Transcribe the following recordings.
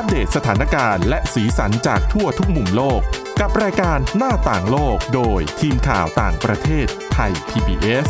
เดตสถานการณ์และสีสันจากทั่วทุกมุมโลกกับรายการหน้าต่างโลกโดยทีมข่าวต่างประเทศไทย PBS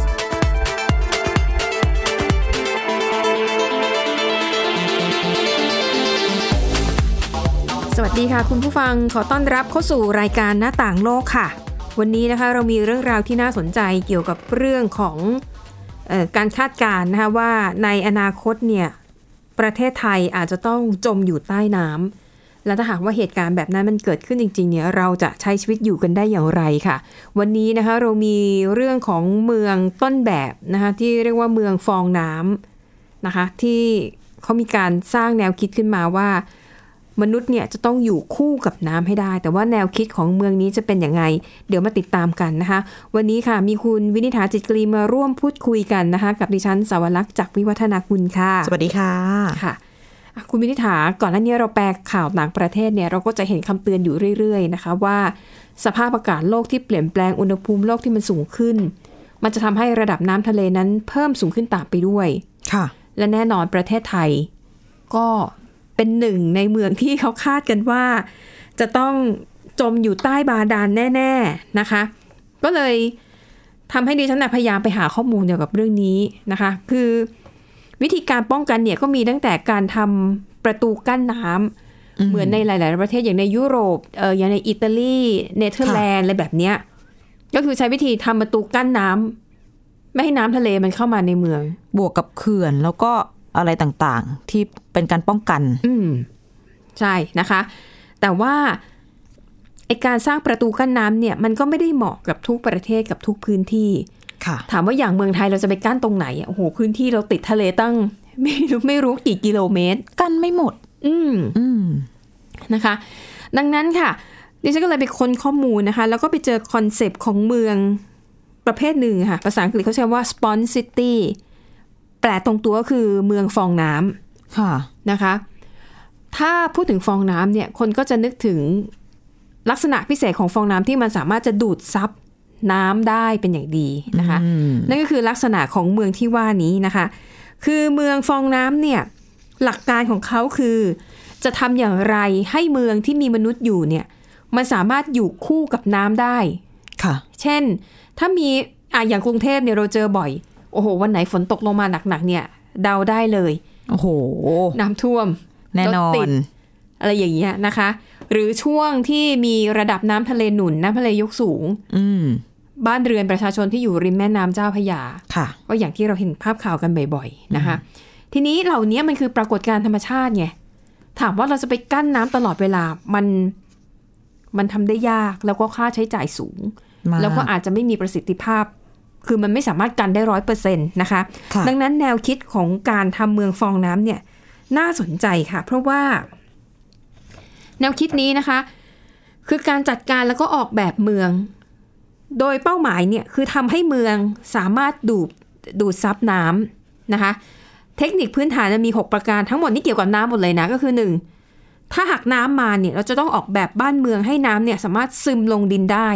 สวัสดีค่ะคุณผู้ฟังขอต้อนรับเข้าสู่รายการหน้าต่างโลกค่ะวันนี้นะคะเรามีเรื่องราวที่น่าสนใจเกี่ยวกับเรื่องของการคาดการณ์นะคะว่าในอนาคตเนี่ยประเทศไทยอาจจะต้องจมอยู่ใต้น้ำและถ้าหากว่าเหตุการณ์แบบนั้นมันเกิดขึ้นจริงๆเนี่ยเราจะใช้ชีวิตอยู่กันได้อย่างไรค่ะวันนี้นะคะเรามีเรื่องของเมืองต้นแบบนะคะที่เรียกว่าเมืองฟองน้ำนะคะที่เขามีการสร้างแนวคิดขึ้นมาว่ามนุษย์เนี่ยจะต้องอยู่คู่กับน้ำให้ได้แต่ว่าแนวคิดของเมืองนี้จะเป็นยังไงเดี๋ยวมาติดตามกันนะคะวันนี้ค่ะมีคุณวินิษฐาจิตกรีมาร่วมพูดคุยกันนะคะกับดิฉันสาวรักษ์จากวิวัฒนาคุณค่ะสวัสดีค่ะค่ะคุณวินิษฐาก่อนหน้านี้เราแปลข่าวต่างประเทศเนี่ยเราก็จะเห็นคำเตือนอยู่เรื่อยๆนะคะว่าสภาพอากาศโลกที่เปลี่ยนแปลงอุณหภูมิโลกที่มันสูงขึ้นมันจะทำให้ระดับน้ำทะเลนั้นเพิ่มสูงขึ้นตามไปด้วยค่ะและแน่นอนประเทศไทยก็เป็นหนึ่งในเมืองที่เขาคาดกันว่าจะต้องจมอยู่ใต้บาดาลแน่ๆนะคะก็เลยทำให้ดิฉันพยายามไปหาข้อมูลเกี่ยวกับเรื่องนี้นะคะคือวิธีการป้องกันเนี่ยก็มีตั้งแต่การทำประตูกั้นน้ำเหมือนในหลายๆประเทศอย่างในยุโรปอย่างในอิตาลีเนเธอร์แลนด์อะไรแบบเนี้ยก็คือใช้วิธีทำประตูกั้นน้ำไม่ให้น้ำทะเลมันเข้ามาในเมืองบวกกับเขื่อนแล้วก็อะไรต่างๆที่เป็นการป้องกันใช่นะคะแต่ว่าไอ้การสร้างประตูกั้นน้ำเนี่ยมันก็ไม่ได้เหมาะกับทุกประเทศกับทุกพื้นที่ถามว่าอย่างเมืองไทยเราจะไปกั้นตรงไหนโอ้โหพื้นที่เราติดทะเลตั้งไม่รู้กี่กิโลเมตรกั้นไม่หมดนะคะดังนั้นค่ะดิฉันก็เลยไปค้นข้อมูลนะคะแล้วก็ไปเจอคอนเซปต์ของเมืองประเภทหนึ่งค่ะภาษาอังกฤษเขาใช้ว่า Sponge Cityแปลตรงตัวก็คือเมืองฟองน้ำนะคะถ้าพูดถึงฟองน้ำเนี่ยคนก็จะนึกถึงลักษณะพิเศษของฟองน้ำที่มันสามารถจะดูดซับน้ำได้เป็นอย่างดีนะคะนั่นก็คือลักษณะของเมืองที่ว่านี้นะคะคือเมืองฟองน้ำเนี่ยหลักการของเขาคือจะทำอย่างไรให้เมืองที่มีมนุษย์อยู่เนี่ยมันสามารถอยู่คู่กับน้ำได้ค่ะเช่นถ้ามีอย่างกรุงเทพเนี่ยเราเจอบ่อยโอ้โหวันไหนฝนตกลงมาหนักๆเนี่ยเดาได้เลยโอ้โหน้ำท่วมแน่นอนอะไรอย่างเงี้ยนะคะหรือช่วงที่มีระดับน้ำทะเลหนุนน้ำทะเลยกสูงบ้านเรือนประชาชนที่อยู่ริมแม่น้ำเจ้าพระยาก็อย่างที่เราเห็นภาพข่าวกันบ่อยๆนะคะทีนี้เหล่านี้มันคือปรากฏการณ์ธรรมชาติไงถามว่าเราจะไปกั้นน้ำตลอดเวลามันทำได้ยากแล้วก็ค่าใช้จ่ายสูงแล้วก็อาจจะไม่มีประสิทธิภาพคือมันไม่สามารถกันได้ 100% นะคะดังนั้นแนวคิดของการทำเมืองฟองน้ำเนี่ยน่าสนใจค่ะเพราะว่าแนวคิดนี้นะคะคือการจัดการแล้วก็ออกแบบเมืองโดยเป้าหมายเนี่ยคือทำให้เมืองสามารถดูดซับน้ำนะคะเทคนิคพื้นฐานจะมี6ประการทั้งหมดนี่เกี่ยวกับน้ำหมดเลยนะก็คือ1ถ้าหากน้ำมาเนี่ยเราจะต้องออกแบบบ้านเมืองให้น้ำเนี่ยสามารถซึมลงดินได้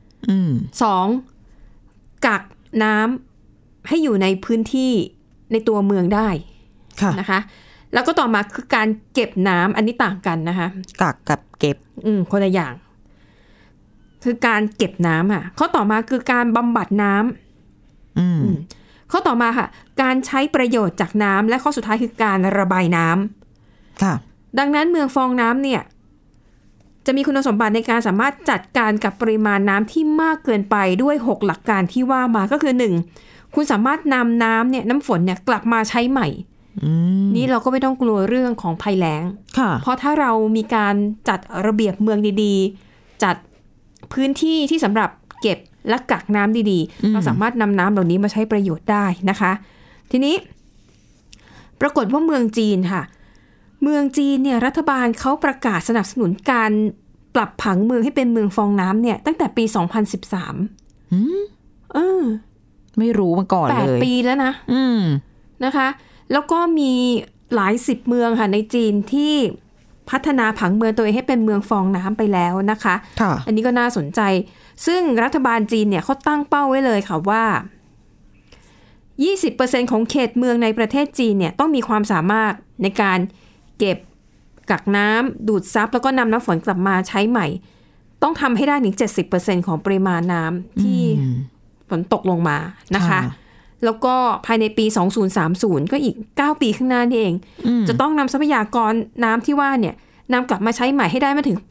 2กักน้ำให้อยู่ในพื้นที่ในตัวเมืองได้นะคะแล้วก็ต่อมาคือการเก็บน้ำอันนี้ต่างกันนะคะกักกับเก็บคนละอย่างคือการเก็บน้ำค่ะข้อต่อมาคือการบำบัดน้ำข้อต่อมาค่ะการใช้ประโยชน์จากน้ำและข้อสุดท้ายคือการระบายน้ำค่ะดังนั้นเมืองฟองน้ำเนี่ยจะมีคุณสมบัติในการสามารถจัดการกับปริมาณน้ำที่มากเกินไปด้วย6หลักการที่ว่ามาก็คือ1คุณสามารถนำน้ำเนี่ยน้ำฝนเนี่ยกลับมาใช้ใหม่นี่เราก็ไม่ต้องกลัวเรื่องของภัยแล้งเพราะถ้าเรามีการจัดระเบียบเมืองดีๆจัดพื้นที่ที่สำหรับเก็บและกักน้ำดีๆเราสามารถนำน้ำเหล่านี้มาใช้ประโยชน์ได้นะคะทีนี้ปรากฏว่าเมืองจีนค่ะเมืองจีนเนี่ยรัฐบาลเขาประกาศสนับสนุนการปรับผังเมืองให้เป็นเมืองฟองน้ำเนี่ยตั้งแต่ปี2013 ไม่รู้มาก่อนเลย 8 ปีแล้วนะนะคะแล้วก็มีหลาย10เมืองค่ะในจีนที่พัฒนาผังเมืองตัวเองให้เป็นเมืองฟองน้ำไปแล้วนะคะอันนี้ก็น่าสนใจซึ่งรัฐบาลจีนเนี่ยเขาตั้งเป้าไว้เลยค่ะว่า 20% ของเขตเมืองในประเทศจีนเนี่ยต้องมีความสามารถในการเก็บกักน้ำดูดซับแล้วก็นำน้ำฝนกลับมาใช้ใหม่ต้องทำให้ได้ถึง 70% ของปริมาณน้ำที่ฝนตกลงมานะคะแล้วก็ภายในปี2030ก็อีก9ปีข้างหน้านี่เองจะต้องนำทรัพยากรน้ำที่ว่าเนี่ยนำกลับมาใช้ใหม่ให้ได้มาถึง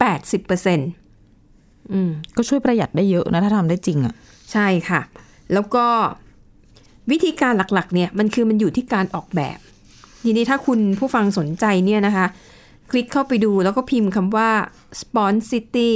80% ก็ช่วยประหยัดได้เยอะนะถ้าทำได้จริงอ่ะใช่ค่ะแล้วก็วิธีการหลักๆเนี่ยมันอยู่ที่การออกแบบทีนี้ถ้าคุณผู้ฟังสนใจเนี่ยนะคะคลิกเข้าไปดูแล้วก็พิมพ์คำว่า Sponcity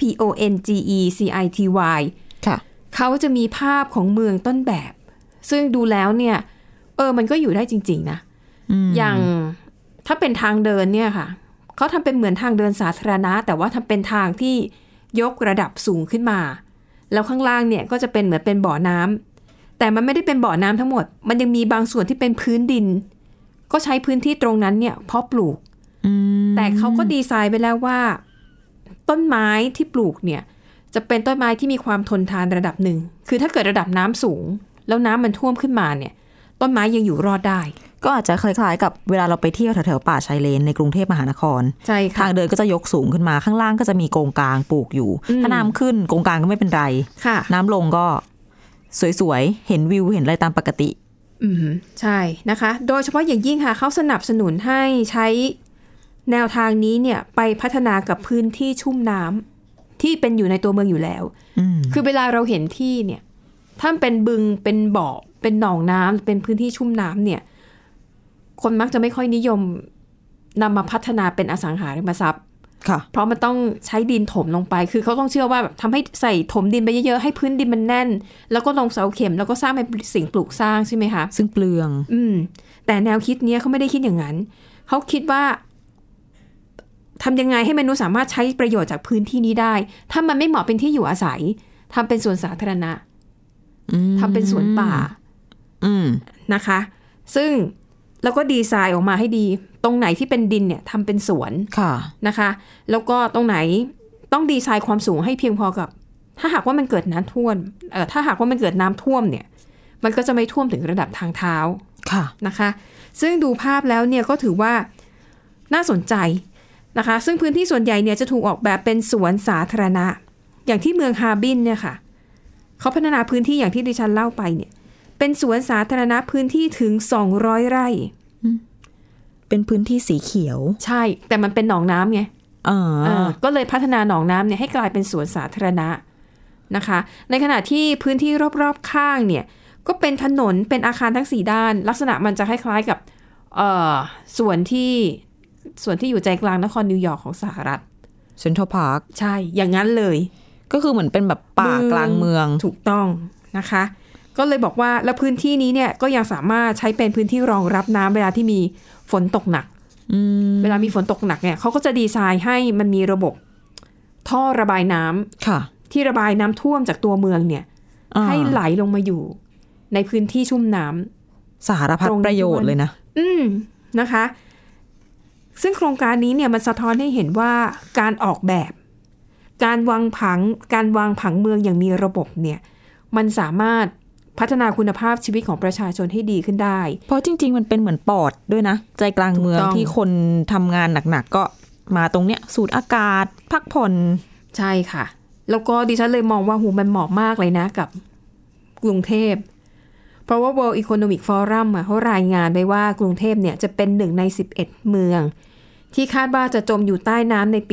SPONGECITY ค่ะเขาจะมีภาพของเมืองต้นแบบซึ่งดูแล้วเนี่ยมันก็อยู่ได้จริงๆนะอย่างถ้าเป็นทางเดินเนี่ยค่ะเขาทำเป็นเหมือนทางเดินสาธารณะแต่ว่าทำเป็นทางที่ยกระดับสูงขึ้นมาแล้วข้างล่างเนี่ยก็จะเป็นเหมือนเป็นบ่อน้ำแต่มันไม่ได้เป็นบ่อน้ำทั้งหมดมันยังมีบางส่วนที่เป็นพื้นดินก็ใช้พื้นที่ตรงนั้นเนี่ยเพาะปลูกแต่เขาก็ดีไซน์ไปแล้วว่าต้นไม้ที่ปลูกเนี่ยจะเป็นต้นไม้ที่มีความทนทานระดับหนึ่งคือถ้าเกิดระดับน้ำสูงแล้วน้ำมันท่วมขึ้นมาเนี่ยต้นไม้ยังอยู่รอดได้ก็อาจจะคล้ายๆกับเวลาเราไปเที่ยวแถวๆป่าชายเลนในกรุงเทพมหานครใช่ค่ะทางเดินก็จะยกสูงขึ้นมาข้างล่างก็จะมีโกงกลางปลูกอยู่ถ้าน้ำขึ้นโกงกลางก็ไม่เป็นไรน้ำลงก็สวยๆเห็นวิวเห็นอะไรตามปกติใช่นะคะโดยเฉพาะอย่างยิ่งค่ะเขาสนับสนุนให้ใช้แนวทางนี้เนี่ยไปพัฒนากับพื้นที่ชุ่มน้ำที่เป็นอยู่ในตัวเมืองอยู่แล้วคือเวลาเราเห็นที่เนี่ยถ้าเป็นบึงเป็นบ่อเป็นหนองน้ำเป็นพื้นที่ชุ่มน้ำเนี่ยคนมักจะไม่ค่อยนิยมนำมาพัฒนาเป็นอสังหาริมทรัพย์เพราะมันต้องใช้ดินถมลงไปคือเขาต้องเชื่อว่าแบบทำให้ใส่ถมดินไปเยอะๆให้พื้นดินมันแน่นแล้วก็ลงเสาเข็มแล้วก็สร้างเป็นสิ่งปลูกสร้างใช่ไหมคะซึ่งเปลืองแต่แนวคิดนี้เขาไม่ได้คิดอย่างนั้นเขาคิดว่าทำยังไงให้มนุษย์สามารถใช้ประโยชน์จากพื้นที่นี้ได้ถ้ามันไม่เหมาะเป็นที่อยู่อาศัยทำเป็นสวนสาธารณะทำเป็นสวนป่านะคะซึ่งแล้วก็ดีไซน์ออกมาให้ดีตรงไหนที่เป็นดินเนี่ยทำเป็นสวนนะคะแล้วก็ตรงไหนต้องดีไซน์ความสูงให้เพียงพอกับถ้าหากว่ามันเกิดน้ำท่วมถ้าหากว่ามันเกิดน้ำท่วมเนี่ยมันก็จะไม่ท่วมถึงระดับทางเท้านะคะซึ่งดูภาพแล้วเนี่ยก็ถือว่าน่าสนใจนะคะซึ่งพื้นที่ส่วนใหญ่เนี่ยจะถูกออกแบบเป็นสวนสาธารณะอย่างที่เมืองฮาร์บินเนี่ยค่ะเขาพัฒนาพื้นที่อย่างที่ดิฉันเล่าไปเนี่ยเป็นสวนสาธารณะพื้นที่ถึง200 ไร่เป็นพื้นที่สีเขียวใช่แต่มันเป็นหนองน้ำไงก็เลยพัฒนาหนองน้ำเนี่ยให้กลายเป็นสวนสาธารณะนะคะในขณะที่พื้นที่รอบๆข้างเนี่ยก็เป็นถนนเป็นอาคารทั้ง4ด้านลักษณะมันจะคล้ายๆกับส่วนที่อยู่ใจกลางนครนิวยอร์กของสหรัฐเซ็นทรัลพาร์คใช่อย่างนั้นเลยก็คือเหมือนเป็นแบบป่ากลางเมืองถูกต้องนะคะก็เลยบอกว่าแล้วพื้นที่นี้เนี่ยก็ยังสามารถใช้เป็นพื้นที่รองรับน้ำเวลาที่มีฝนตกหนักเวลามีฝนตกหนักเนี่ยเขาก็จะดีไซน์ให้มันมีระบบท่อระบายน้ำที่ระบายน้ำท่วมจากตัวเมืองเนี่ยให้ไหลลงมาอยู่ในพื้นที่ชุ่มน้ำสารพัดประโยชน์เลยนะนะคะซึ่งโครงการนี้เนี่ยมันสะท้อนให้เห็นว่าการออกแบบการวางผังเมืองอย่างมีระบบเนี่ยมันสามารถพัฒนาคุณภาพชีวิตของประชาชนให้ดีขึ้นได้เพราะจริงๆมันเป็นเหมือนปอดด้วยนะใจกลางเมืองที่คนทำงานหนักๆก็มาตรงเนี้ยสูดอากาศพักผ่อนใช่ค่ะแล้วก็ดิฉันเลยมองว่าหูมันเหมาะมากเลยนะกับกรุงเทพเพราะว่า World Economic Forum เขารายงานไว้ว่ากรุงเทพเนี่ยจะเป็น1ใน11เมืองที่คาดว่าจะจมอยู่ใต้น้ำในปี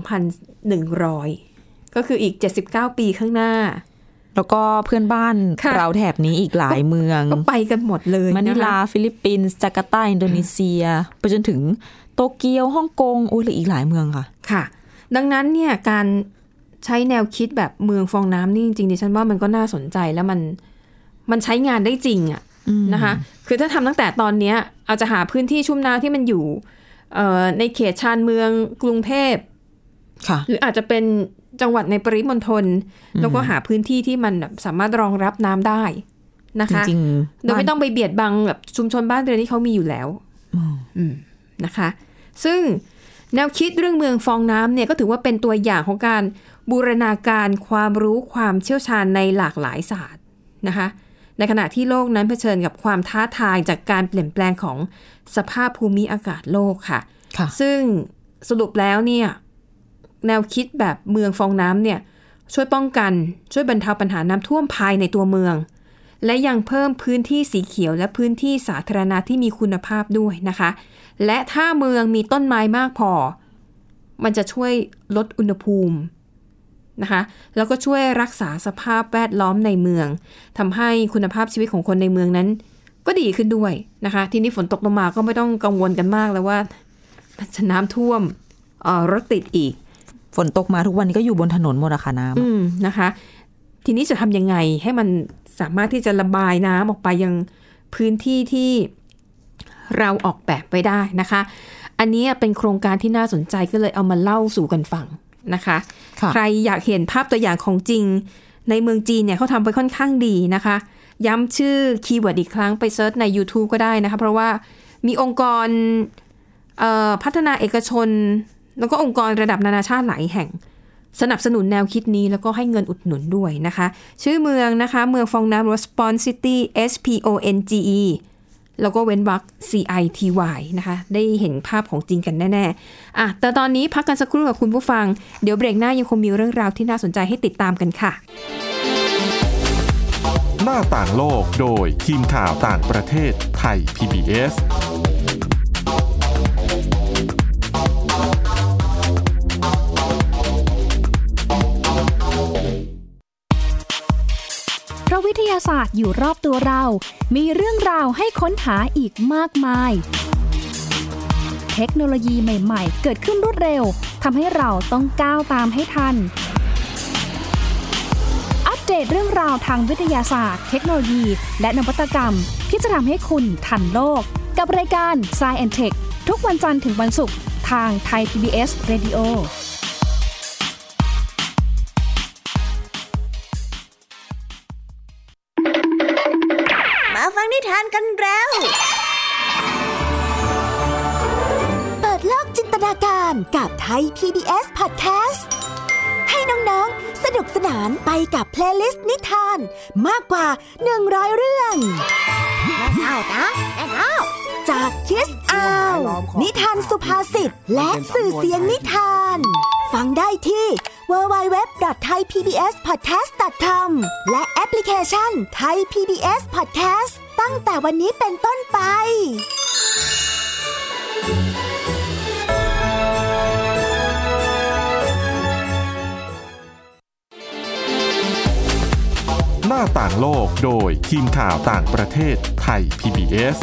2100 ก็คืออีก79ปีข้างหน้าแล้วก็เพื่อนบ้านเราแถบนี้อีกหลายเมืองก็ไปกันหมดเลยมะนิลาฟิลิปปินส์จาการ์ตาอินโดนีเซียไปจนถึงโตเกียวฮ่องกงโอ้ยอีกหลายเมืองค่ะค่ะดังนั้นเนี่ยการใช้แนวคิดแบบเมืองฟองน้ำนี่จริงๆดิฉันว่ามันก็น่าสนใจแล้วมันใช้งานได้จริงอ่ะนะคะคือถ้าทำตั้งแต่ตอนนี้อาจจะหาพื้นที่ชุ่มน้ำที่มันอยู่ในเขตชานเมืองกรุงเทพหรืออาจจะเป็นจังหวัดในปริมณฑลแล้วก็หาพื้นที่ที่มันสามารถรองรับน้ำได้นะคะโดยไม่ต้องไปเบียดบังแบบชุมชนบ้านเรือนที่เขามีอยู่แล้วนะคะซึ่งแนวคิดเรื่องเมืองฟองน้ำเนี่ยก็ถือว่าเป็นตัวอย่างของการบูรณาการความรู้ความเชี่ยวชาญในหลากหลายศาสตร์นะคะในขณะที่โลกนั้นเผชิญกับความท้าทายจากการเปลี่ยนแปลงของสภาพภูมิอากาศโลกค่ะซึ่งสรุปแล้วเนี่ยแนวคิดแบบเมืองฟองน้ำเนี่ยช่วยป้องกันช่วยบรรเทาปัญหาน้ำท่วมภายในตัวเมืองและยังเพิ่มพื้นที่สีเขียวและพื้นที่สาธารณะที่มีคุณภาพด้วยนะคะและถ้าเมืองมีต้นไม้มากพอมันจะช่วยลดอุณหภูมินะคะแล้วก็ช่วยรักษาสภาพแวดล้อมในเมืองทำให้คุณภาพชีวิตของคนในเมืองนั้นก็ดีขึ้นด้วยนะคะทีนี้ฝนตกลงมาก็ไม่ต้องกังวลกันมากแล้วว่าจะน้ำท่วมรถติดอีกฝนตกมาทุกวันนี้ก็อยู่บนถนนหมดอะค่ะน้ำนะคะทีนี้จะทำยังไงให้มันสามารถที่จะระบายน้ำออกไปยังพื้นที่ที่เราออกแบบไปได้นะคะอันนี้เป็นโครงการที่น่าสนใจก็เลยเอามาเล่าสู่กันฟังนะคะใครอยากเห็นภาพตัวอย่างของจริงในเมืองจีนเนี่ยเขาทำไปค่อนข้างดีนะคะย้ำชื่อคีย์เวิร์ดอีกครั้งไปเซิร์ชใน YouTube ก็ได้นะคะเพราะว่ามีองค์กรพัฒนาเอกชนแล้วก็องค์กรระดับนานาชาติหลายแห่งสนับสนุนแนวคิดนี้แล้วก็ให้เงินอุดหนุนด้วยนะคะชื่อเมืองนะคะเมืองฟองน้ำ Response City SPONGE แล้วก็เว้นวรรค CITY นะคะได้เห็นภาพของจริงกันแน่ๆแต่ตอนนี้พักกันสักครู่กับคุณผู้ฟังเดี๋ยวเบรกหน้ายังคงมีเรื่องราวที่น่าสนใจให้ติดตามกันค่ะหน้าต่างโลกโดยทีมข่าวต่างประเทศไทย PBS เพราะวิทยาศาสตร์อยู่รอบตัวเรามีเรื่องราวให้ค้นหาอีกมากมายเทคโนโลยีใหม่ๆเกิดขึ้นรวดเร็วทำให้เราต้องก้าวตามให้ทันอัปเดตเรื่องราวทางวิทยาศาสตร์เทคโนโลยีและนวัตกรรมที่จะทำให้คุณทันโลกกับรายการ Science and Tech ทุกวันจันทร์ถึงวันศุกร์ทางไทย PBS Radio มาฟังนิทานกันแล้วเปิดโลกจินตนาการกับไทย PBS Podcast ให้น้องๆสนุกสนานไปกับเพลย์ลิสต์นิทานมากกว่า100เรื่องเอานะเอาจากคิสอาวนิทานสุภาษิตและสื่อเสียงนิทานฟังได้ที่ www.thaipbspodcast.com และแอปพลิเคชัน Thai PBS Podcast ตั้งแต่วันนี้เป็นต้นไปหน้าต่างโลกโดยทีมข่าวต่างประเทศไทย PBS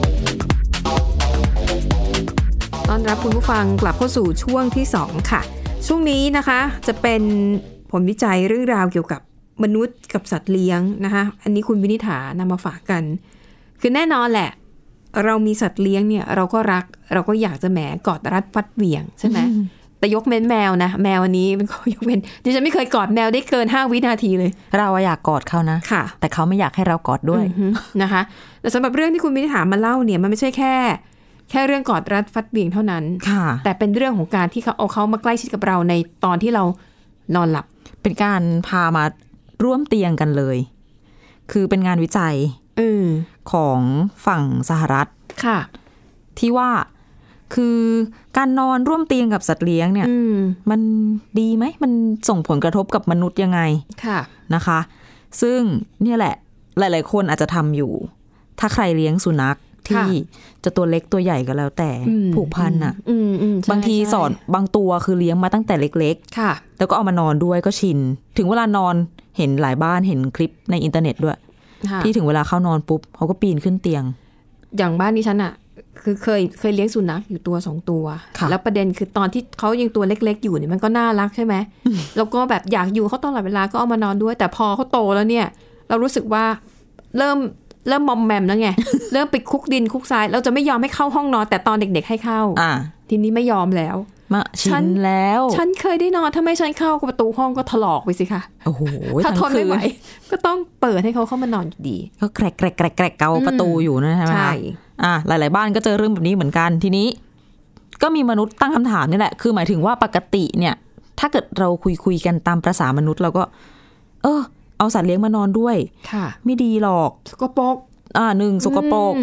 ต้อนรับคุณผู้ฟังกลับเข้าสู่ช่วงที่2ค่ะช่วงนี้นะคะจะเป็นผลวิจัยเรื่องราวเกี่ยวกับมนุษย์กับสัตว์เลี้ยงนะคะอันนี้คุณวินิษฐานำมาฝากกันคือแน่นอนแหละเรามีสัตว์เลี้ยงเนี่ยเราก็รักเราก็อยากจะแหมกอดรัดฟัดเหวี่ยงใช่ไหมแต่ยกเว้นแมวนะแมวอันนี้มันก็ยกเว้นดิฉันไม่เคยกอดแมวได้เกิน5วินาทีเลยเราอยากกอดเขานะค่ะแต่เขาไม่อยากให้เรากอดด้วยนะคะแต่สำหรับเรื่องที่คุณวินิษฐามาเล่าเนี่ยมันไม่ใช่แค่เรื่องกอดรัดฟัดเหวี่ยงเท่านั้นแต่เป็นเรื่องของการที่เขาเอาเขามาใกล้ชิดกับเราในตอนที่เรานอนหลับเป็นการพามาร่วมเตียงกันเลยคือเป็นงานวิจัยของฝั่งสหรัฐค่ะที่ว่าคือการนอนร่วมเตียงกับสัตว์เลี้ยงเนี่ยมันดีไหมมันส่งผลกระทบกับมนุษย์ยังไงนะคะซึ่งเนี่ยแหละหลายๆคนอาจจะทำอยู่ถ้าใครเลี้ยงสุนัขที่จะตัวเล็กตัวใหญ่ก็แล้วแต่ผูกพันอ่ะบางทีสอนบางตัวคือเลี้ยงมาตั้งแต่เล็กๆแล้วก็เอามานอนด้วยก็ชินถึงเวลานอนเห็นหลายบ้านเห็นคลิปในอินเทอร์เน็ตด้วยที่ถึงเวลาเข้านอนปุ๊บเขาก็ปีนขึ้นเตียงอย่างบ้านนี้ฉันอ่ะคือเคยเลี้ยงสุนัขอยู่ตัว2ตัวแล้วประเด็นคือตอนที่เขายังตัวเล็กๆอยู่เนี่ยมันก็น่ารักใช่ไหมแล้วก็แบบอยากอยู่เขาตลอดเวลาก็เอามานอนด้วยแต่พอเขาโตแล้วเนี่ยเรารู้สึกว่าเริ่มมอมแมมแล้วไง เริ่มไปคุกดินคุกทรายเราจะไม่ยอมให้เข้าห้องนอนแต่ตอนเด็กๆให้เข้าทีนี้ไม่ยอมแล้วมาชินแล้วฉันเคยได้นอนถ้าไม่ฉันเข้าประตูห้องก็ถลอกไปสิคะโอ้โหถ้าทนไม่ไหวก็ต้องเปิดให้เขาเข้ามานอนอยู่ดีก็แกรกเกาประตูอยู่นะใช่ไหมใช่หลายๆบ้านก็เจอเรื่องแบบนี้เหมือนกันทีนี้ก็มีมนุษย์ตั้งคำถามนี่แหละคือหมายถึงว่าปกติเนี่ยถ้าเกิดเราคุยกันตามประสามนุษย์เราก็เอาสัตว์เลี้ยงมานอนด้วยค่ะไม่ดีหรอกสกปรก 1สกปรก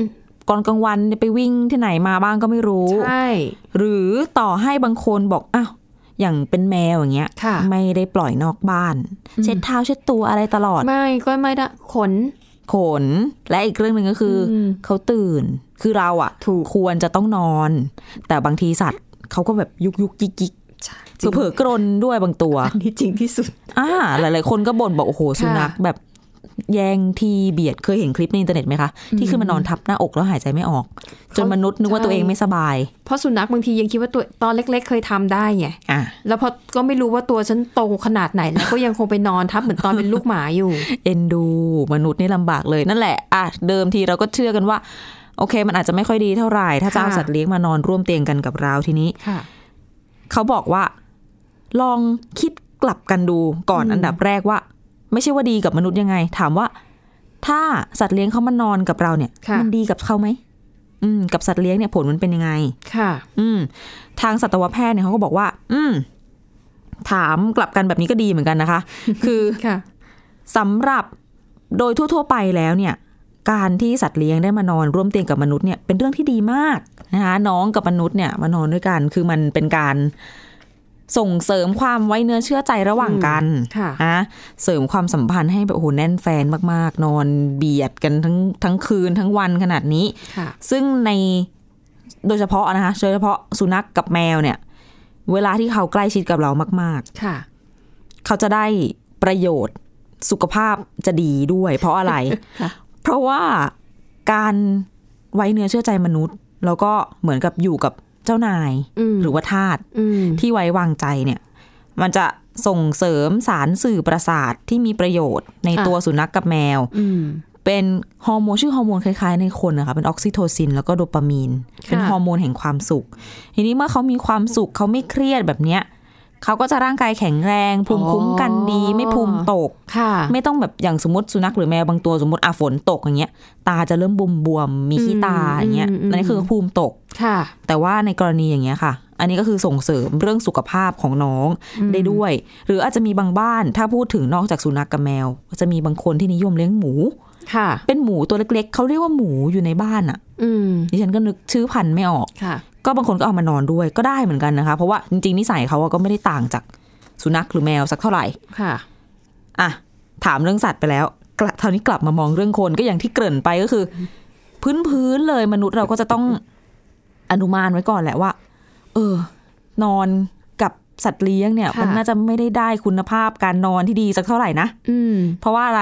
ก่อนกลางวันไปวิ่งที่ไหนมาบ้างก็ไม่รู้ใช่หรือต่อให้บางคนบอกอ้าวอย่างเป็นแมวอย่างเงี้ยไม่ได้ปล่อยนอกบ้านเช็ดเท้าเช็ดตัวอะไรตลอดไม่ก็ไม่ได้ขนและอีกเรื่องนึงก็คือเขาตื่นคือเราอ่ะควรจะต้องนอนแต่บางทีสัตว์เขาก็แบบยุกยิกเผลอกรนด้วยบางตัวอันนี้จริงที่สุดหลายๆคนก็บ่นบอกโอ้โหสุนัขแบบแย่งทีเบียดเคยเห็นคลิปในอินเทอร์เน็ตไหมคะที่ขึ้นมานอนทับหน้าอกแล้วหายใจไม่ออกจนมนุษย์นึกว่าตัวเองไม่สบายเพราะสุนัขบางทียังคิดว่าตัวตอนเล็กๆเคยทำได้ไงแล้วพอก็ไม่รู้ว่าตัวฉันโตขนาดไหนแล้วก็ยังคงไปนอนทับเหมือนตอนเป็นลูกหมาอยู่เอ็นดูมนุษย์นี่ลำบากเลยนั่นแหละเดิมทีเราก็เชื่อกันว่าโอเคมันอาจจะไม่ค่อยดีเท่าไหร่ถ้าจะเอาสัตว์เลี้ยงมานอนร่วมเตียงกันกับเราทีนี้เขาบอกว่าลองคิดกลับกันดูก่อนอันดับแรกว่าไม่ใช่ว่าดีกับมนุษย์ยังไงถามว่าถ้าสัตว์เลี้ยงเขามานอนกับเราเนี่ยมันดีกับเขาไหมกับสัตว์เลี้ยงเนี่ยผลมันเป็นยังไงค่ะทางสัตวแพทย์เนี่ยเขาก็บอกว่าถามกลับกันแบบนี้ก็ดีเหมือนกันนะคะ คือสำหรับโดยทั่วๆไปแล้วเนี่ยการที่สัตว์เลี้ยงได้มานอนร่วมเตียงกับมนุษย์เนี่ยเป็นเรื่องที่ดีมากนะคะน้องกับมนุษย์เนี่ยมานอนด้วยกันคือมันเป็นการส่งเสริมความไว้เนื้อเชื่อใจระหว่างกันนะเสริมความสัมพันธ์ให้แบบโอ้โหแน่นแฟนมากๆนอนเบียดกันทั้งคืนทั้งวันขนาดนี้ซึ่งในโดยเฉพาะนะคะโดยเฉพาะสุนัขกับแมวเนี่ยเวลาที่เขาใกล้ชิดกับเรามากๆเขาจะได้ประโยชน์สุขภาพจะดีด้วยเพราะอะไร เพราะว่าการไว้เนื้อเชื่อใจมนุษย์แล้วก็เหมือนกับอยู่กับเจ้านายหรือว่าทาสที่ไว้วางใจเนี่ยมันจะส่งเสริมสารสื่อประสาทที่มีประโยชน์ในตัวสุนัขกับแมวเป็นฮอร์โมนชื่อฮอร์โมนคล้ายๆในคนนะคะเป็นออกซิโทซินแล้วก็โดปามีนเป็นฮอร์โมนแห่งความสุขทีนี้เมื่อเขามีความสุขเขาไม่เครียดแบบเนี้ยเขาก็จะร่างกายแข็งแรงภูมิคุ้มกันดีไม่ภูมิตกไม่ต้องแบบอย่างสมมติสุนัขหรือแมวบางตัวสมมติฝนตกอย่างเงี้ยตาจะเริ่มบวมมีขี้ตาอย่างเงี้ยนั่นคือภูมิตกแต่ว่าในกรณีอย่างเงี้ยค่ะอันนี้ก็คือส่งเสริมเรื่องสุขภาพของน้องได้ด้วยหรืออาจจะมีบางบ้านถ้าพูดถึงนอกจากสุนัขกับแมวก็จะมีบางคนที่นิยมเลี้ยงหมูเป็นหมูตัวเล็กๆเขาเรียกว่าหมูอยู่ในบ้านอ่ะดิฉันก็นึกชื่อพันธุ์ไม่ออกก็บางคนก็เอามานอนด้วยก็ได้เหมือนกันนะคะเพราะว่าจริงๆนิสัยเขาก็ไม่ได้ต่างจากสุนัขหรือแมวสักเท่าไหร่ถามเรื่องสัตว์ไปแล้วคราวนี้กลับมามองเรื่องคนก็อย่างที่เกริ่นไปก็คือพื้นเลยมนุษย์เราก็จะต้องอนุมานไว้ก่อนแหละว่านอนกับสัตว์เลี้ยงเนี่ยมันน่าจะไม่ได้คุณภาพการนอนที่ดีสักเท่าไหร่นะเพราะว่าอะไร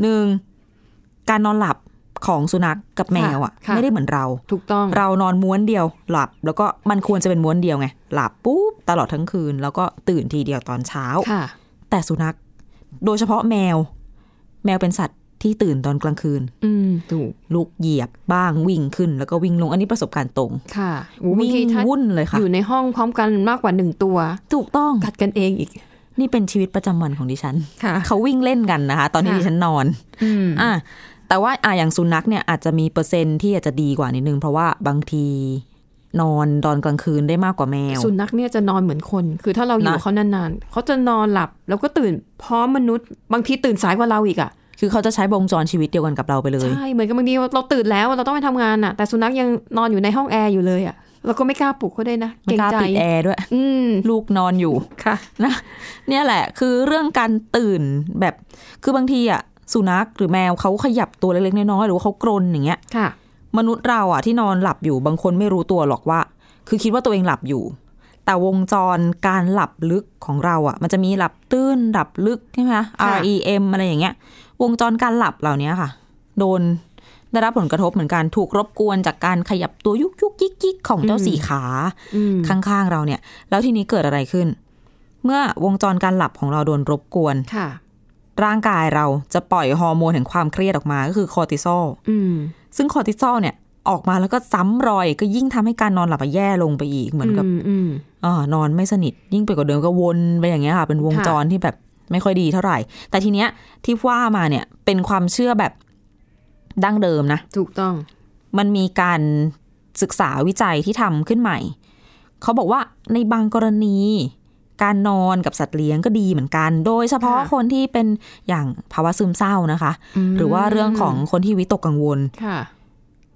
1การนอนหลับของสุนัขกับแมวไม่ได้เหมือนเราถูกต้องเรานอนม้วนเดียวหลับแล้วก็มันควรจะเป็นม้วนเดียวไงหลับปุ๊บตลอดทั้งคืนแล้วก็ตื่นทีเดียวตอนเช้าแต่สุนัขโดยเฉพาะแมวเป็นสัตว์ที่ตื่นตอนกลางคืนถูกลุกเหยียบบ้างวิ่งขึ้นแล้วก็วิ่งลงอันนี้ประสบการณ์ตรงค่ะวิ่งวุ่นเลยค่ะอยู่ในห้องพร้อมกันมากกว่า1ตัวถูกต้องกัดกันเองอีกนี่เป็นชีวิตประจำวันของดิฉันเขาวิ่งเล่นกันนะคะตอนที่ดิฉันนอนแต่ว่าอย่างสุนัขเนี่ยอาจจะมีเปอร์เซ็นต์ที่อาจจะดีกว่านิดนึงเพราะว่าบางทีนอนตอนกลางคืนได้มากกว่าแมวสุนัขเนี่ยจะนอนเหมือนคนคือถ้าเราอยู่เขานานๆเขาจะนอนหลับแล้วก็ตื่นพร้อมมนุษย์บางทีตื่นสายกว่าเราอีกคือเขาจะใช้วงจรชีวิตเดียวกันกับเราไปเลยใช่เหมือนกับบางทีเราตื่นแล้วเราต้องไปทำงานแต่สุนัขยังนอนอยู่ในห้องแอร์อยู่เลยเราก็ไม่กล้าปลุกเขาด้วยนะเกรงใจไม่กล้าปิดแอร์ด้วยลูกนอนอยู่ค่ะนะเนี่ยแหละคือเรื่องการตื่นแบบคือบางทีสุนัขหรือแมวเขาขยับตัวเล็กๆน้อยๆหรือว่าเขากรนอย่างเงี้ยมนุษย์เราที่นอนหลับอยู่บางคนไม่รู้ตัวหรอกว่าคือคิดว่าตัวเองหลับอยู่แต่วงจรการหลับลึกของเรามันจะมีหลับตื้นหลับลึกใช่ไหมคะ REM อะไรอย่างเงี้ยวงจรการหลับเหล่านี้ค่ะโดนได้รับผลกระทบเหมือนกันถูกรบกวนจากการขยับตัวยุกยิกของเจ้าสี่ขาข้างๆเราเนี่ยแล้วทีนี้เกิดอะไรขึ้นเมื่อวงจรการหลับของเราโดนรบกวนร่างกายเราจะปล่อยฮอร์โมนแห่งความเครียดออกมาก็คือคอร์ติซอลซึ่งคอร์ติซอลเนี่ยออกมาแล้วก็ซ้ำรอยก็ยิ่งทำให้การนอนหลับแย่ลงไปอีกเหมือนกับนอนไม่สนิทยิ่งไปกว่าเดิมก็วนไปอย่างเงี้ยค่ะเป็นวงจรที่แบบไม่ค่อยดีเท่าไหร่แต่ทีเนี้ยที่ว่ามาเนี่ยเป็นความเชื่อแบบดั้งเดิมนะถูกต้องมันมีการศึกษาวิจัยที่ทำขึ้นใหม่เขาบอกว่าในบางกรณีการนอนกับสัตว์เลี้ยงก็ดีเหมือนกันโดยเฉพาะคนที่เป็นอย่างภาวะซึมเศร้านะคะหรือว่าเรื่องของคนที่วิตกกังวล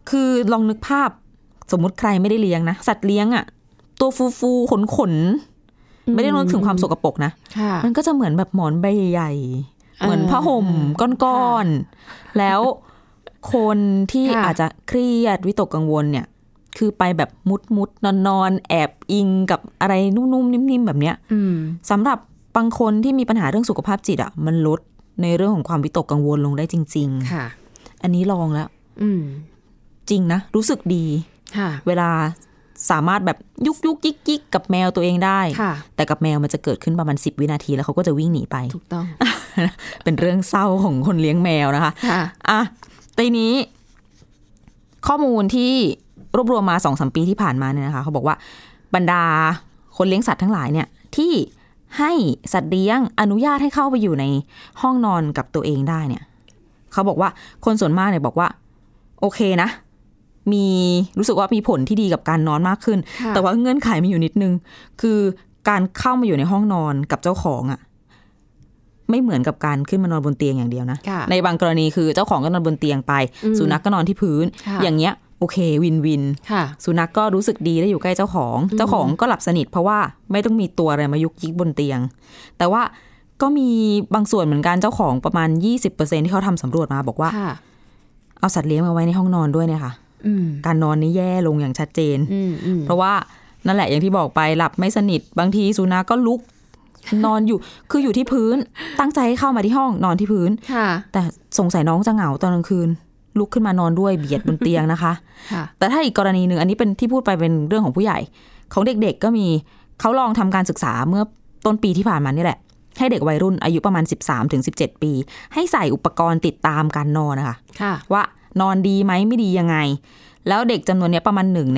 คือลองนึกภาพสมมุติใครไม่ได้เลี้ยงนะสัตว์เลี้ยงอะตัวฟูๆขนไม่ได้นึกถึงความสกปรกนะมันก็จะเหมือนแบบหมอนใบใหญ่เหมือนผ้าห่มก้อนๆแล้วคนที่อาจจะเครียดวิตกกังวลเนี่ยคือไปแบบมุดนอนแอบอิงกับอะไรนุ่มๆนิ่มๆแบบเนี้ยสำหรับบางคนที่มีปัญหาเรื่องสุขภาพจิตอ่ะมันลดในเรื่องของความวิตกกังวลลงได้จริงๆค่ะอันนี้ลองแล้วจริงนะรู้สึกดีเวลาสามารถแบบยุกยิกกับแมวตัวเองได้แต่กับแมวมันจะเกิดขึ้นประมาณ10 วินาทีแล้วเขาก็จะวิ่งหนีไปถูกต้อง เป็นเรื่องเศร้าของคนเลี้ยงแมวนะคะอ่ะทีนี้ข้อมูลที่รวบรวมมา 2-3 ปีที่ผ่านมาเนี่ยนะคะเขาบอกว่าบรรดาคนเลี้ยงสัตว์ทั้งหลายเนี่ยที่ให้สัตว์เลี้ยงอนุญาตให้เข้าไปอยู่ในห้องนอนกับตัวเองได้เนี่ยเขาบอกว่าคนส่วนมากเนี่ยบอกว่าโอเคนะมีรู้สึกว่ามีผลที่ดีกับการนอนมากขึ้นแต่ว่าเงื่อนไขมีอยู่นิดนึงคือการเข้ามาอยู่ในห้องนอนกับเจ้าของอ่ะไม่เหมือนกับการขึ้นมานอนบนเตียงอย่างเดียวนะในบางกรณีคือเจ้าของก็นอนบนเตียงไปสุนัขก็นอนที่พื้นอย่างเงี้ยโอเควินสุนัขก็รู้สึกดีได้อยู่ใกล้เจ้าของก็หลับสนิทเพราะว่าไม่ต้องมีตัวอะไรมายุกยิกบนเตียงแต่ว่าก็มีบางส่วนเหมือนกันเจ้าของประมาณ 20% ที่เขาทำสำรวจมาบอกว่าเอาสัตว์เลี้ยงมาไว้ในห้องนอนด้วยเนี่ยค่ะการนอนนี่แย่ลงอย่างชัดเจนเพราะว่านั่นแหละอย่างที่บอกไปหลับไม่สนิทบางทีสุนัขก็ลุกนอนอยู่คืออยู่ที่พื้นตั้งใจให้เข้ามาที่ห้องนอนที่พื้นแต่สงสัยน้องจะเหงาตอนกลางคืนลุกขึ้นมานอนด้วยเบียดบนเตียงนะคะแต่ถ้าอีกกรณีหนึ่งอันนี้เป็นที่พูดไปเป็นเรื่องของผู้ใหญ่ของเด็กๆก็มีเขาลองทำการศึกษาเมื่อต้นปีที่ผ่านมานี่แหละให้เด็กวัยรุ่นอายุประมาณ 13-17 ปีให้ใส่อุปกรณ์ติดตามการนอนนะคะว่านอนดีไหมไม่ดียังไงแล้วเด็กจำนวนนี้ประมาณ1 ใน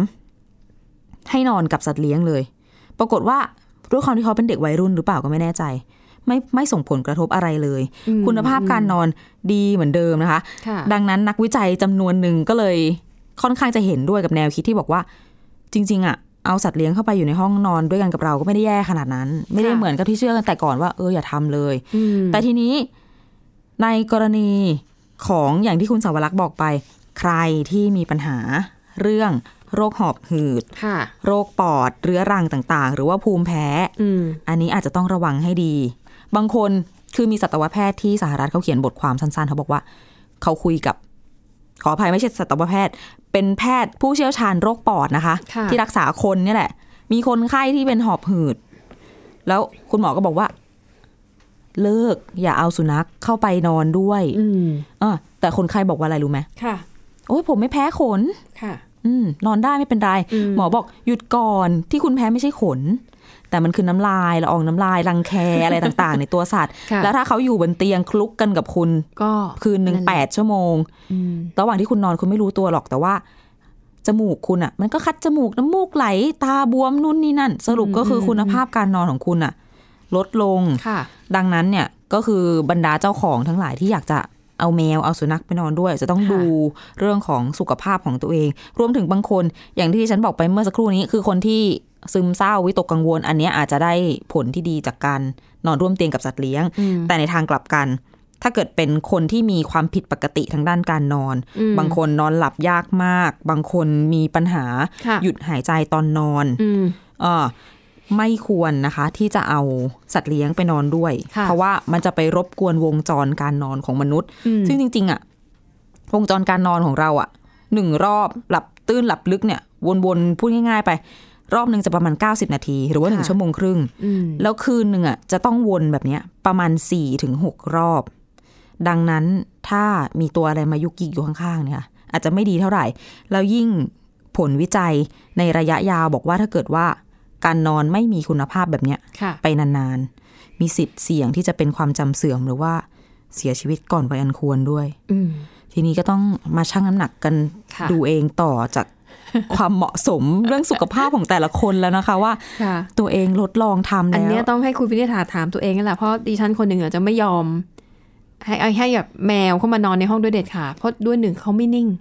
3ให้นอนกับสัตว์เลี้ยงเลยปรากฏว่าด้วยความที่เขาเป็นเด็กวัยรุ่นหรือเปล่าก็ไม่แน่ใจไม่ส่งผลกระทบอะไรเลยคุณภาพการนอนดีเหมือนเดิมนะคะดังนั้นนักวิจัยจำนวนหนึ่งก็เลยค่อนข้างจะเห็นด้วยกับแนวคิดที่บอกว่าจริงๆอ่ะเอาสัตว์เลี้ยงเข้าไปอยู่ในห้องนอนด้วยกันกับเราก็ไม่ได้แย่ขนาดนั้นไม่ได้เหมือนกับที่เชื่อกันแต่ก่อนว่าอย่าทำเลยแต่ทีนี้ในกรณีของอย่างที่คุณสาวรักษ์บอกไปใครที่มีปัญหาเรื่องโรคหอบหืดโรคปอดเรื้อรังต่างๆหรือว่าภูมิแพ้อันนี้อาจจะต้องระวังให้ดีบางคนคือมีสัตวแพทย์ที่สหรัฐเขาเขียนบทความสั้นๆเขาบอกว่าเขาคุยกับขออภัยไม่ใช่สัตวแพทย์เป็นแพทย์ผู้เชี่ยวชาญโรคปอดนะคะที่รักษาคนนี่แหละมีคนไข้ที่เป็นหอบหืดแล้วคุณหมอก็บอกว่าเลิกอย่าเอาสุนัขเข้าไปนอนด้วยแต่คนไข้บอกว่าอะไรรู้ไหมค่ะโอ้ยผมไม่แพ้ขนค่ะนอนได้ไม่เป็นไรหมอบอกหยุดก่อนที่คุณแพ้ไม่ใช่ขนแต่มันคือน้ำลายละอองน้ำลายรังแคอะไรต่างๆในตัวสัตว์แล้วถ้าเขาอยู่บนเตียงคลุกกันกับคุณก็คืนนึง8 ชั่วโมงระหว่างที่คุณนอนคุณไม่รู้ตัวหรอกแต่ว่าจมูกคุณอ่ะมันก็คัดจมูกน้ำมูกไหลตาบวมนู่นนี่นั่นสรุปก็คือคุณภาพการนอนของคุณอ่ะลดลงดังนั้นเนี่ยก็คือบรรดาเจ้าของทั้งหลายที่อยากจะเอาแมวเอาสุนัขไปนอนด้วยจะต้องดูเรื่องของสุขภาพของตัวเองรวมถึงบางคนอย่างที่ฉันบอกไปเมื่อสักครู่นี้คือคนที่ซึมเศร้าวิตกกังวลอันนี้อาจจะได้ผลที่ดีจากการนอนร่วมเตียงกับสัตว์เลี้ยงแต่ในทางกลับกันถ้าเกิดเป็นคนที่มีความผิดปกติทางด้านการนอนบางคนนอนหลับยากมากบางคนมีปัญหาหยุดหายใจตอนนอนไม่ควรนะคะที่จะเอาสัตว์เลี้ยงไปนอนด้วยเพราะว่ามันจะไปรบกวนวงจรการนอนของมนุษย์ซึ่งจริงๆอ่ะวงจรการนอนของเราอ่ะ1 รอบหลับตื้นหลับลึกเนี่ยวนๆพูดง่ายๆไปรอบนึงจะประมาณ90 นาทีหรือว่า1 ชั่วโมงครึ่งแล้วคืนนึงอ่ะจะต้องวนแบบนี้ประมาณ 4-6 รอบดังนั้นถ้ามีตัวอะไรมายุกยิกอยู่ข้างๆเนี่ยอาจจะไม่ดีเท่าไหร่แล้วยิ่งผลวิจัยในระยะยาวบอกว่าถ้าเกิดว่าการนอนไม่มีคุณภาพแบบนี้ไปนานๆมีสิทธิ์เสี่ยงที่จะเป็นความจำเสื่อมหรือว่าเสียชีวิตก่อนวัยอันควรด้วยทีนี้ก็ต้องมาชั่งน้ำหนักกันดูเองต่อจากความเหมาะสมเรื่องสุขภาพของแต่ละคนแล้วนะคะว่าตัวเองทดลองทำแล้วอันนี้ต้องให้คุณพินิธาถามตัวเองนั่นแหละเพราะดิฉันคนหนึ่งจะไม่ยอมให้แบบแมวเข้ามานอนในห้องด้วยเด็ดขาดเพราะด้วย1เขาไม่นิ่ง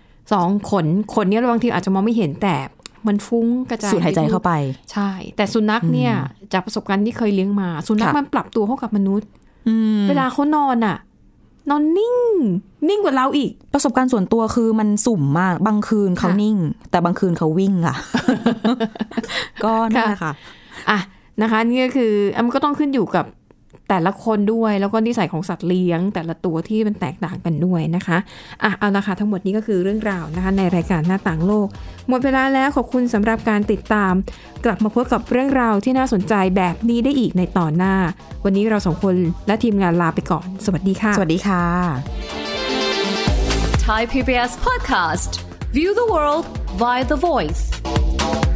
2ขนเนี่ยบางทีอาจจะมองไม่เห็นแต่มันฟุ้งกระจายสูดหายใจเข้าไปใช่แต่สุนัขเนี่ยจากประสบการณ์ที่เคยเลี้ยงมาสุนัขมันปรับตัวเข้ากับมนุษย์เวลาเขานอนอ่ะนอนนิ่งกว่าเราอีกประสบการณ์ส่วนตัวคือมันสุ่มมากบางคืนเขานิ่งแต่บางคืนเขาวิ่งค่ะ ก็นั่นแหละค่ะนะคะนี่ก็คือมันก็ต้องขึ้นอยู่กับแต่ละคนด้วยแล้วก็นิสัยของสัตว์เลี้ยงแต่ละตัวที่มันแตกต่างกันด้วยนะคะเอาละค่ะทั้งหมดนี้ก็คือเรื่องราวนะคะในรายการหน้าต่างโลกหมดเวลาแล้วขอบคุณสำหรับการติดตามกลับมาพบกับเรื่องราวที่น่าสนใจแบบนี้ได้อีกในตอนหน้าวันนี้เราสองคนและทีมงานลาไปก่อนสวัสดีค่ะสวัสดีค่ะ Thai PBS Podcast View the world via the voice